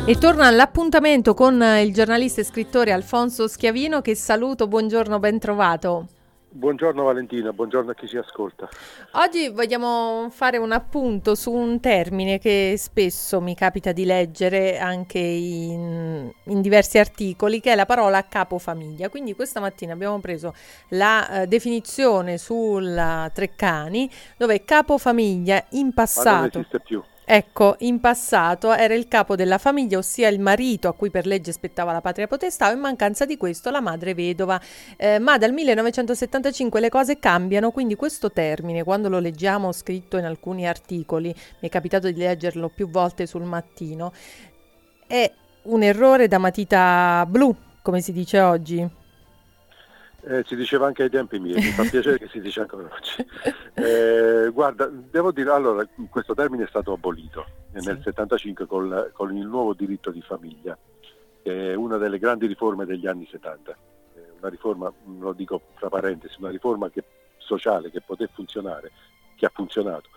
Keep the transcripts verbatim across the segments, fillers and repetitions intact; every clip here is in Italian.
E torna l'appuntamento con il giornalista e scrittore Alfonso Schiavino, che saluto, buongiorno, ben trovato. Buongiorno Valentina, buongiorno a chi ci ascolta. Oggi vogliamo fare un appunto su un termine che spesso mi capita di leggere anche in, in diversi articoli, che è la parola capofamiglia. Quindi questa mattina abbiamo preso la eh, definizione sulla Treccani, dove capofamiglia in passato... Ma non esiste più. Ecco, in passato era il capo della famiglia, ossia il marito a cui per legge spettava la patria potestà, o in mancanza di questo la madre vedova. Eh, ma dal millenovecentosettantacinque le cose cambiano, quindi questo termine, quando lo leggiamo scritto in alcuni articoli, mi è capitato di leggerlo più volte sul Mattino, è un errore da matita blu, come si dice oggi. Eh, si diceva anche ai tempi miei, mi fa piacere che si dice ancora oggi. Eh, guarda, devo dire, allora, questo termine è stato abolito Sì. nel settantacinque col, con il nuovo diritto di famiglia, che è una delle grandi riforme degli anni settanta. Eh, una riforma, lo dico tra parentesi, una riforma che, sociale che poté funzionare, che ha funzionato,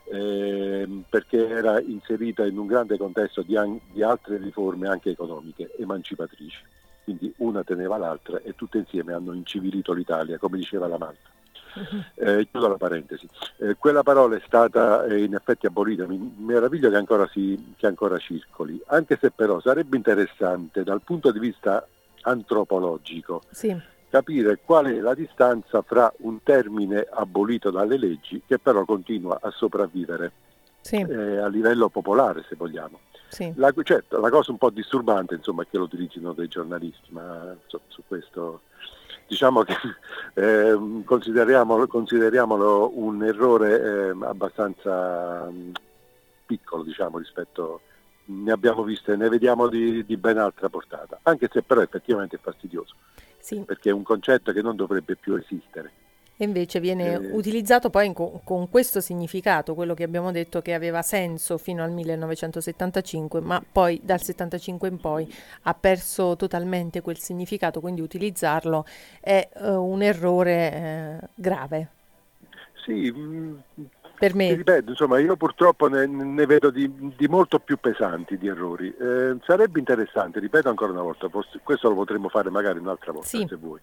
eh, perché era inserita in un grande contesto di, an- di altre riforme anche economiche, emancipatrici. Quindi una teneva l'altra e tutte insieme hanno incivilito l'Italia, come diceva la Malta. Eh, chiudo la parentesi. Eh, quella parola è stata eh, in effetti abolita, mi meraviglio che ancora, si, che ancora circoli, anche se però sarebbe interessante dal punto di vista antropologico Sì. capire qual è la distanza fra un termine abolito dalle leggi che però continua a sopravvivere Sì. eh, a livello popolare, se vogliamo. Sì. La, certo, la cosa un po' disturbante insomma è che lo utilizzino dei giornalisti, ma su, su questo diciamo che eh, consideriamolo, consideriamolo un errore eh, abbastanza mh, piccolo, diciamo, rispetto, ne abbiamo viste, ne vediamo di, di ben altra portata, anche se però effettivamente è fastidioso, Sì. perché è un concetto che non dovrebbe più esistere. E invece viene Eh, utilizzato poi con, con questo significato, quello che abbiamo detto che aveva senso fino al millenovecentosettantacinque, ma poi dal settantacinque in poi ha perso totalmente quel significato, quindi utilizzarlo è uh, un errore eh, grave. Sì, mh, per me. Ti ripeto, insomma, io purtroppo ne, ne vedo di, di molto più pesanti di errori. Eh, sarebbe interessante, ripeto ancora una volta, forse, questo lo potremmo fare magari un'altra volta, Sì. se vuoi.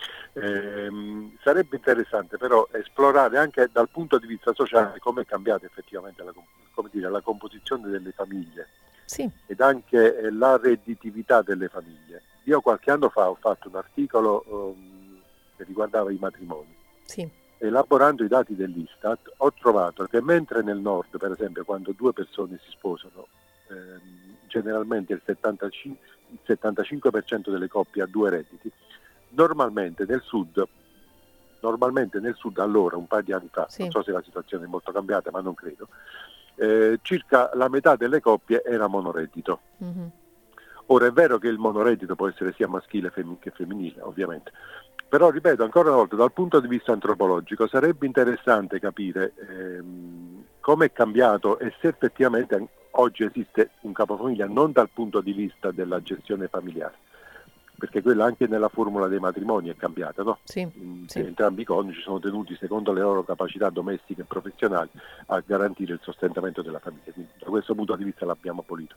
Eh, sarebbe interessante però esplorare anche dal punto di vista sociale come è cambiata effettivamente la, come dire, la composizione delle famiglie, sì. ed anche la redditività delle famiglie. Io qualche anno fa ho fatto un articolo um, che riguardava i matrimoni. Sì. Elaborando i dati dell'Istat ho trovato che mentre nel nord, per esempio, quando due persone si sposano, ehm, generalmente il settantacinque, il settantacinque per cento delle coppie ha due redditi, normalmente nel sud, normalmente nel sud allora, un paio di anni fa, sì. non so se la situazione è molto cambiata, ma non credo, eh, circa la metà delle coppie era monoreddito. Mm-hmm. Ora è vero che il monoreddito può essere sia maschile che femminile, ovviamente, però ripeto ancora una volta, dal punto di vista antropologico sarebbe interessante capire ehm, come è cambiato e se effettivamente oggi esiste un capofamiglia non dal punto di vista della gestione familiare, perché quella anche nella formula dei matrimoni è cambiata, no? Sì, In, sì. Entrambi i coniugi sono tenuti secondo le loro capacità domestiche e professionali a garantire il sostentamento della famiglia, quindi da questo punto di vista l'abbiamo abolito.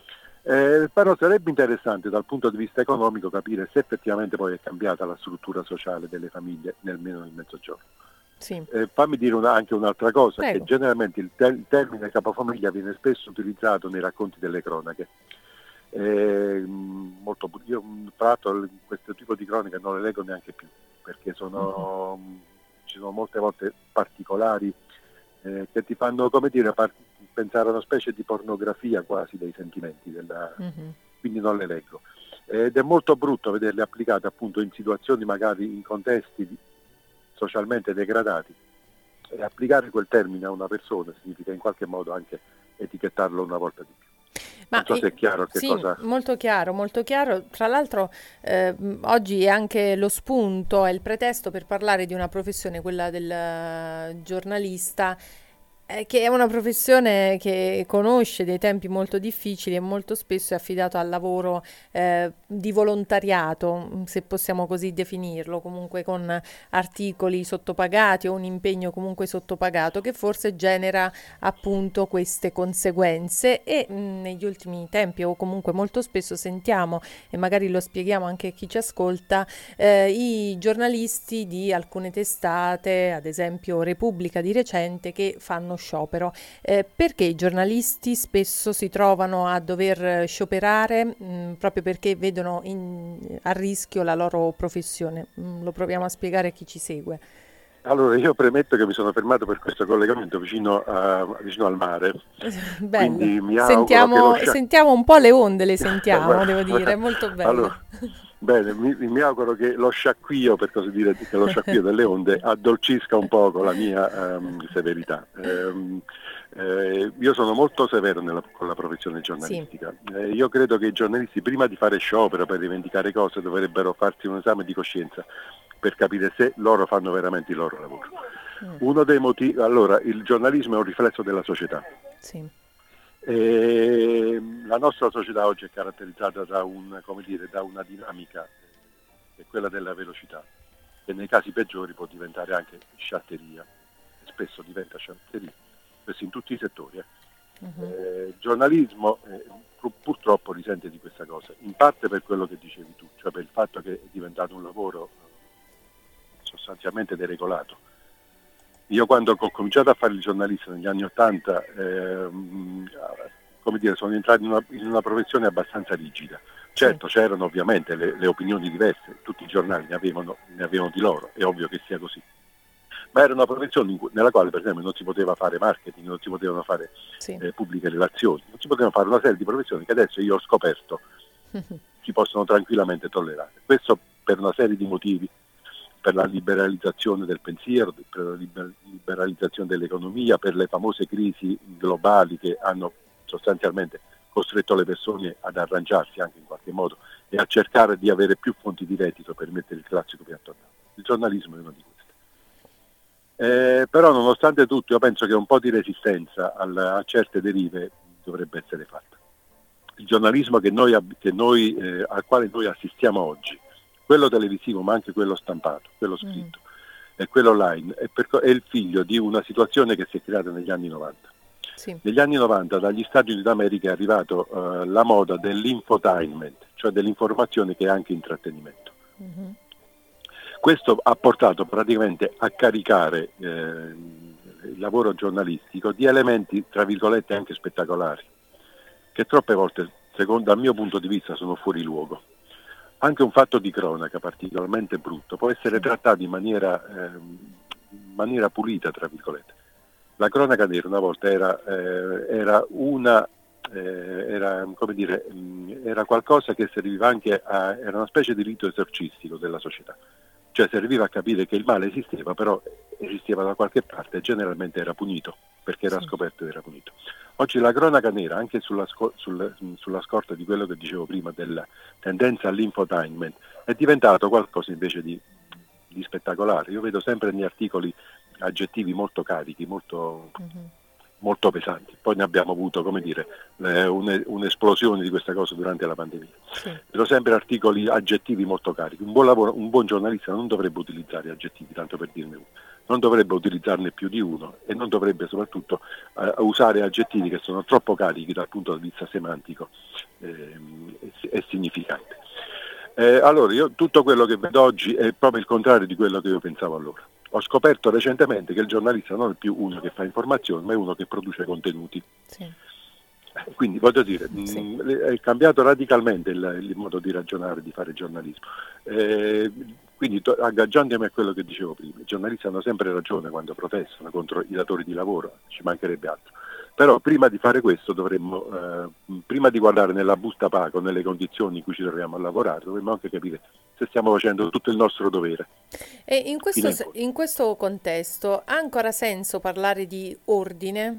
Eh, però sarebbe interessante dal punto di vista economico capire se effettivamente poi è cambiata la struttura sociale delle famiglie nel meno nel mezzogiorno. Sì. Eh, fammi dire una, anche un'altra cosa, Prego. che generalmente il, ter- il termine capofamiglia viene spesso utilizzato nei racconti delle cronache. Eh, molto, io tra l'altro questo tipo di cronache non le leggo neanche più, perché sono, uh-huh. ci sono molte volte particolari eh, che ti fanno, come dire, par- pensare a una specie di pornografia quasi dei sentimenti, della... uh-huh. quindi non le leggo. Ed è molto brutto vederle applicate appunto in situazioni magari in contesti socialmente degradati, e applicare quel termine a una persona significa in qualche modo anche etichettarlo una volta di più. Ma non so se è chiaro che sì, cosa... molto chiaro, molto chiaro. Tra l'altro eh, oggi è anche lo spunto, è il pretesto per parlare di una professione, quella del giornalista, Eh, che è una professione che conosce dei tempi molto difficili e molto spesso è affidato al lavoro eh, di volontariato, mm, se possiamo così definirlo, comunque con articoli sottopagati o un impegno comunque sottopagato che forse genera appunto queste conseguenze e mm, negli ultimi tempi o comunque molto spesso sentiamo, e magari lo spieghiamo anche a chi ci ascolta, eh, i giornalisti di alcune testate, ad esempio Repubblica di recente, che fanno sciopero. Eh, perché i giornalisti spesso si trovano a dover scioperare mh, proprio perché vedono in- a rischio la loro professione? Mm, lo proviamo a spiegare a chi ci segue. Allora, io premetto che mi sono fermato per questo collegamento vicino, a- vicino al mare, Bello. quindi mi auguro che lo Sentiamo, scia... sentiamo un po' le onde, le sentiamo, Guarda, devo dire, è guarda, molto bello. allora, bene, mi, mi auguro che lo sciacquio, per così dire, che lo sciacquio delle onde addolcisca un poco la mia ehm, severità. Ehm, eh, io sono molto severo nella, con la professione Sì, giornalistica. Eh, io credo che i giornalisti, prima di fare sciopero per rivendicare cose, dovrebbero farsi un esame di coscienza per capire se loro fanno veramente il loro lavoro. mm, Uno dei motivi, allora, il giornalismo è un riflesso della società. sì, E la nostra società oggi è caratterizzata da, un, come dire, da una dinamica, che è quella della velocità, che nei casi peggiori può diventare anche sciatteria, e spesso diventa sciatteria, questo in tutti i settori. Eh. mhm, Eh, il giornalismo eh, pur- purtroppo risente di questa cosa, in parte per quello che dicevi tu, cioè per il fatto che è diventato un lavoro eh, sostanzialmente deregolato. Io quando ho cominciato a fare il giornalista negli anni Ottanta, ehm, come dire, sono entrato in una, in una professione abbastanza rigida. sì, Certo, c'erano ovviamente le, le opinioni diverse, tutti i giornali ne avevano, ne avevano di loro, è ovvio che sia così. Ma era una professione in cui- nella quale per esempio non si poteva fare marketing, non si potevano fare sì. eh, pubbliche relazioni, non si potevano fare una serie di professioni che adesso io ho scoperto si possono tranquillamente tollerare. Questo per una serie di motivi, per la liberalizzazione del pensiero, per la liber- liberalizzazione dell'economia, per le famose crisi globali che hanno sostanzialmente costretto le persone ad arrangiarsi anche in qualche modo e a cercare di avere più fonti di reddito per mettere il classico piatto a tavola. Il giornalismo è una di queste. Eh, però nonostante tutto io penso che un po' di resistenza al- a certe derive dovrebbe essere fatta. Il giornalismo che noi, ab- che noi, eh, al quale noi assistiamo oggi, quello televisivo ma anche quello stampato, quello Mhm, scritto e quello online, è, per- è il figlio di una situazione che si è creata negli anni novanta. sì, Negli anni novanta dagli Stati Uniti d'America è arrivato eh, la moda dell'infotainment, cioè dell'informazione che è anche intrattenimento. mhm, Questo ha portato praticamente a caricare eh, il lavoro giornalistico di elementi, tra virgolette, anche spettacolari, che troppe volte, secondo dal mio punto di vista, sono fuori luogo. Anche un fatto di cronaca particolarmente brutto può essere sì, trattato in maniera, ehm, in maniera pulita, tra virgolette. La cronaca nera una volta era, eh, era una eh, era, come dire, mh, era qualcosa che serviva anche a, era una specie di rito esorcistico della società, cioè serviva a capire che il male esisteva, però esisteva da qualche parte e generalmente era punito, perché era sì. scoperto ed era punito. Oggi la cronaca nera, anche sulla, sco- sul- sulla scorta di quello che dicevo prima della tendenza all'infotainment, è diventato qualcosa invece di, di spettacolare. Io vedo sempre negli articoli aggettivi molto carichi, molto, Mhm, molto pesanti. Poi ne abbiamo avuto, come dire, eh, un- un'esplosione di questa cosa durante la pandemia. sì. Vedo sempre articoli aggettivi molto carichi. Un buon, lavoro, un buon giornalista non dovrebbe utilizzare aggettivi, tanto per dirne uno. Non dovrebbe utilizzarne più di uno e non dovrebbe soprattutto eh, usare aggettivi che sono troppo carichi dal punto di vista semantico ehm, e, e significante. Eh, allora, io tutto quello che vedo oggi è proprio il contrario di quello che io pensavo allora. Ho scoperto recentemente che il giornalista non è più uno che fa informazioni, ma è uno che produce contenuti. Sì, Eh, Quindi voglio dire, sì, mh, è cambiato radicalmente il, il modo di ragionare, di fare giornalismo. Eh, quindi to- agganciandomi a quello che dicevo prima, i giornalisti hanno sempre ragione quando protestano contro i datori di lavoro, ci mancherebbe altro. Però prima di fare questo dovremmo, eh, prima di guardare nella busta paga o nelle condizioni in cui ci troviamo a lavorare, dovremmo anche capire se stiamo facendo tutto il nostro dovere, E in fino questo, in se- fondo. in questo contesto ha ancora senso parlare di ordine,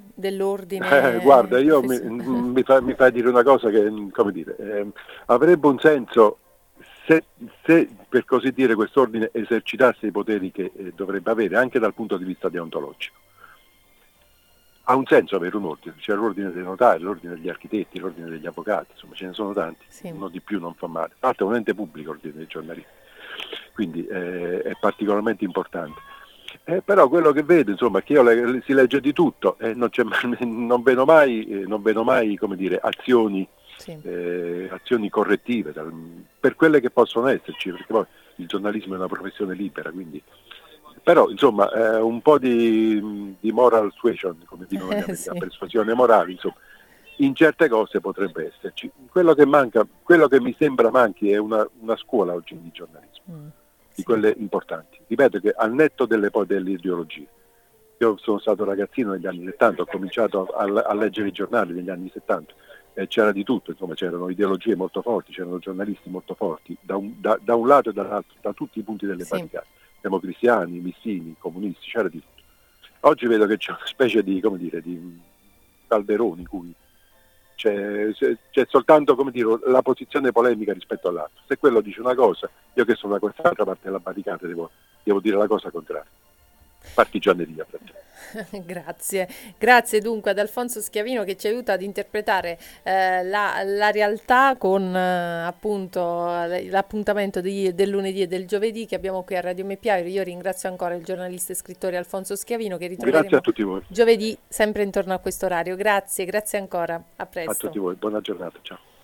Eh, guarda, dell'ordine io mi, professionale? mi, fa, mi fai dire una cosa che, come dire, eh, avrebbe un senso se, se, per così dire, quest'ordine esercitasse i poteri che eh, dovrebbe avere anche dal punto di vista deontologico. ha un senso avere un ordine, c'è l'ordine dei notai, l'ordine degli architetti, l'ordine degli avvocati, insomma ce ne sono tanti, sì. Uno di più non fa male. Tra l'altro è un ente pubblico l'ordine dei giornalisti, quindi eh, è particolarmente importante. Eh, però quello che vedo, insomma, che io le, si legge di tutto, eh, non, c'è, non vedo mai, eh, non vedo mai come dire, azioni, sì. eh, azioni correttive dal, per quelle che possono esserci, perché poi il giornalismo è una professione libera, quindi però insomma eh, un po' di, di moral suasion, come dicono gli americani, sì. Persuasione morale, insomma, in certe cose potrebbe esserci. Quello che manca, quello che mi sembra manchi è una, una scuola oggi di giornalismo, mm, di sì. Quelle importanti. Ripeto che al netto delle, poi delle ideologie. Io sono stato ragazzino negli anni settanta, ho cominciato a, a leggere i giornali negli anni settanta, e c'era di tutto, insomma c'erano ideologie molto forti, c'erano giornalisti molto forti, da un, da, da un lato e dall'altro, da tutti i punti delle sì. barricate. Democristiani, missini, comunisti, c'era di tutto. Oggi vedo che c'è una specie di, come dire, di calderoni cui c'è, c'è soltanto, come dire, la posizione polemica rispetto all'altro. Se quello dice una cosa, io che sono da quest'altra parte della barricata devo, devo dire la cosa contraria. Partigianeria. Grazie, grazie dunque ad Alfonso Schiavino che ci aiuta ad interpretare eh, la, la realtà con eh, appunto l'appuntamento di, del lunedì e del giovedì che abbiamo qui a Radio Meppiaio. Io ringrazio ancora il giornalista e scrittore Alfonso Schiavino che ritroveremo grazie a tutti voi. Giovedì sempre intorno a questo orario. Grazie, grazie ancora, a presto. A tutti voi, buona giornata, ciao.